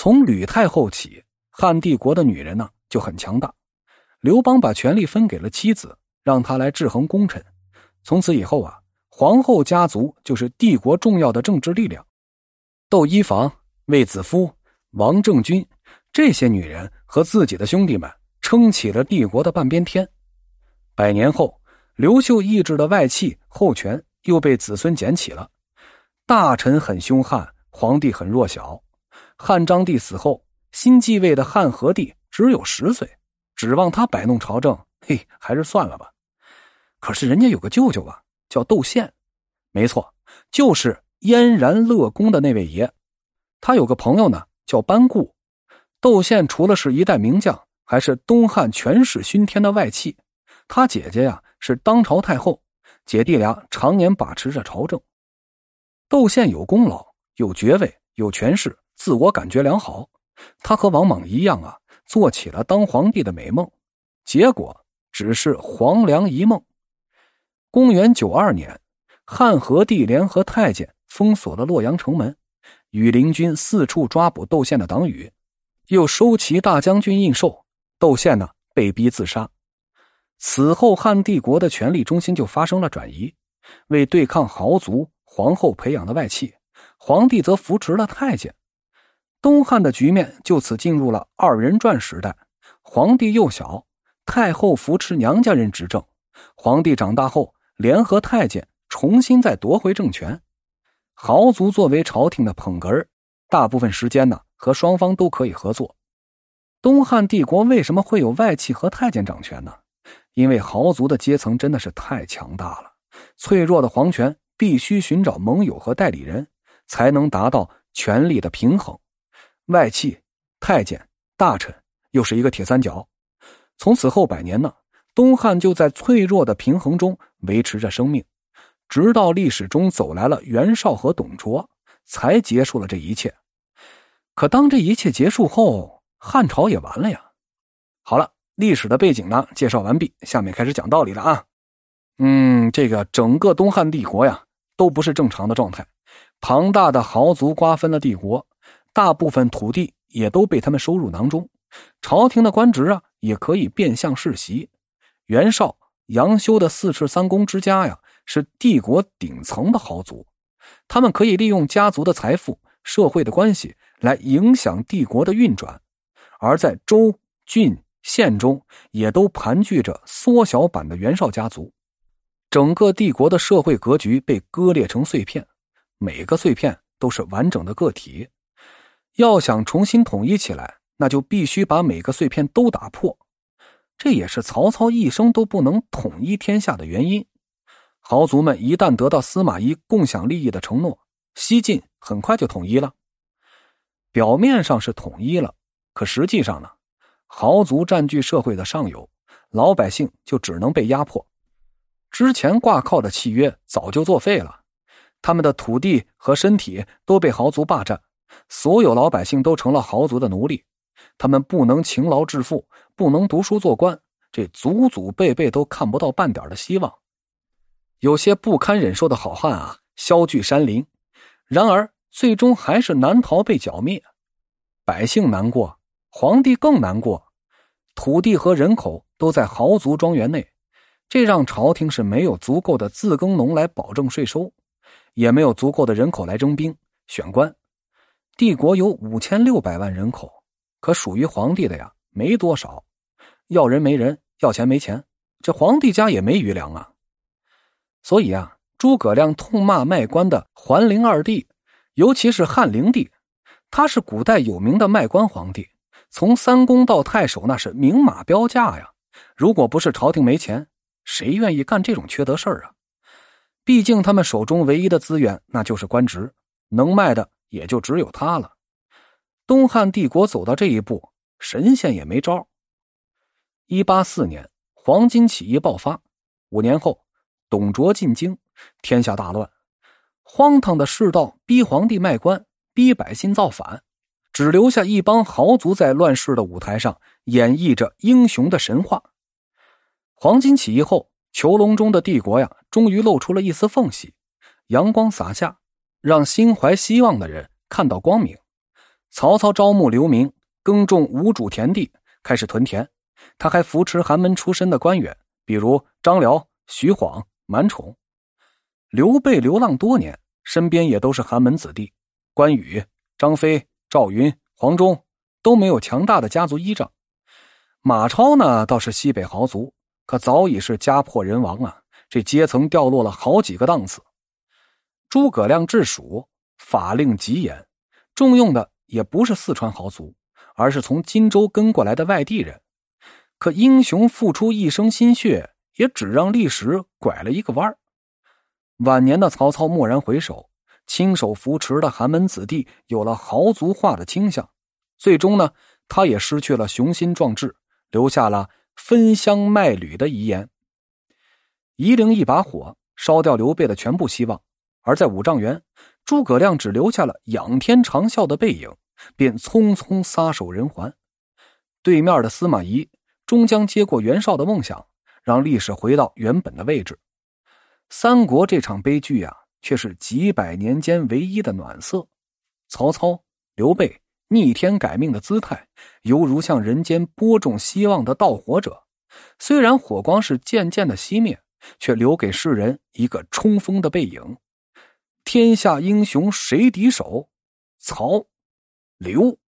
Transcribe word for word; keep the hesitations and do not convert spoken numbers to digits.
从吕太后起，汉帝国的女人呢就很强大。刘邦把权力分给了妻子，让她来制衡功臣。从此以后啊，皇后家族就是帝国重要的政治力量。窦漪房、卫子夫、王政君这些女人和自己的兄弟们撑起了帝国的半边天。百年后，刘秀抑制的外戚后权又被子孙捡起了。大臣很凶悍，皇帝很弱小。汉章帝死后，新继位的汉和帝只有十岁，指望他摆弄朝政，嘿，还是算了吧。可是人家有个舅舅啊，叫窦宪。没错，就是燕然乐公的那位爷。他有个朋友呢，叫班固。窦宪除了是一代名将，还是东汉权势熏天的外戚。他姐姐呀是当朝太后，姐弟俩常年把持着朝政。窦宪有功劳，有爵位，有权势，自我感觉良好。他和王莽一样啊，做起了当皇帝的美梦，结果只是黄粱一梦。公元九二年，汉和帝联合太监封锁了洛阳城门，羽林军四处抓捕窦宪的党羽，又收齐大将军印绶，窦宪呢被逼自杀。此后汉帝国的权力中心就发生了转移，为对抗豪族，皇后培养的外戚，皇帝则扶持了太监。东汉的局面就此进入了二人转时代，皇帝幼小，太后扶持娘家人执政，皇帝长大后联合太监重新再夺回政权。豪族作为朝廷的捧哏儿，大部分时间呢和双方都可以合作。东汉帝国为什么会有外戚和太监掌权呢？因为豪族的阶层真的是太强大了，脆弱的皇权必须寻找盟友和代理人，才能达到权力的平衡。外戚、太监、大臣又是一个铁三角。从此后百年呢，东汉就在脆弱的平衡中维持着生命，直到历史中走来了袁绍和董卓，才结束了这一切。可当这一切结束后，汉朝也完了呀。好了，历史的背景呢介绍完毕，下面开始讲道理了啊。嗯，这个整个东汉帝国呀都不是正常的状态，庞大的豪族瓜分了帝国，大部分土地也都被他们收入囊中，朝廷的官职啊也可以变相世袭。袁绍、杨修的四世三公之家呀是帝国顶层的豪族，他们可以利用家族的财富、社会的关系来影响帝国的运转，而在州、郡、县中也都盘踞着缩小版的袁绍家族。整个帝国的社会格局被割裂成碎片，每个碎片都是完整的个体。要想重新统一起来，那就必须把每个碎片都打破。这也是曹操一生都不能统一天下的原因。豪族们一旦得到司马懿共享利益的承诺，西晋很快就统一了。表面上是统一了，可实际上呢，豪族占据社会的上游，老百姓就只能被压迫。之前挂靠的契约早就作废了，他们的土地和身体都被豪族霸占，所有老百姓都成了豪族的奴隶。他们不能勤劳致富，不能读书做官，这祖祖辈辈都看不到半点的希望。有些不堪忍受的好汉啊，削据山林，然而最终还是难逃被剿灭。百姓难过，皇帝更难过，土地和人口都在豪族庄园内，这让朝廷是没有足够的自耕农来保证税收，也没有足够的人口来征兵选官。帝国有五千六百万人口，可属于皇帝的呀没多少，要人没人，要钱没钱，这皇帝家也没余粮啊。所以啊，诸葛亮痛骂卖官的桓灵二帝，尤其是汉灵帝，他是古代有名的卖官皇帝，从三公到太守那是明码标价呀。如果不是朝廷没钱，谁愿意干这种缺德事儿啊？毕竟他们手中唯一的资源那就是官职，能卖的也就只有他了。东汉帝国走到这一步，神仙也没招。一八四年，黄巾起义爆发，五年后董卓进京，天下大乱。荒唐的世道逼皇帝卖官，逼百姓造反，只留下一帮豪族在乱世的舞台上演绎着英雄的神话。黄巾起义后，囚笼中的帝国呀，终于露出了一丝缝隙，阳光洒下，让心怀希望的人看到光明。 曹操招募流民耕种无主田地，开始屯田。他还扶持寒门出身的官员，比如张辽、徐晃、满宠。刘备流浪多年，身边也都是寒门子弟，关羽、张飞、赵云、黄忠都没有强大的家族依仗。马超呢，倒是西北豪族，可早已是家破人亡啊，这阶层掉落了好几个档次。诸葛亮治蜀，法令极严，重用的也不是四川豪族，而是从荆州跟过来的外地人。可英雄付出一生心血，也只让历史拐了一个弯。晚年的曹操蓦然回首，亲手扶持的寒门子弟有了豪族化的倾向，最终呢，他也失去了雄心壮志，留下了分香卖履的遗言。夷陵一把火烧掉刘备的全部希望，而在五丈原，诸葛亮只留下了仰天长啸的背影，便匆匆撒手人寰。对面的司马懿终将接过袁绍的梦想，让历史回到原本的位置。三国这场悲剧啊，却是几百年间唯一的暖色。曹操、刘备逆天改命的姿态，犹如向人间播种希望的盗火者。虽然火光是渐渐的熄灭，却留给世人一个冲锋的背影。天下英雄谁敌手？曹、刘。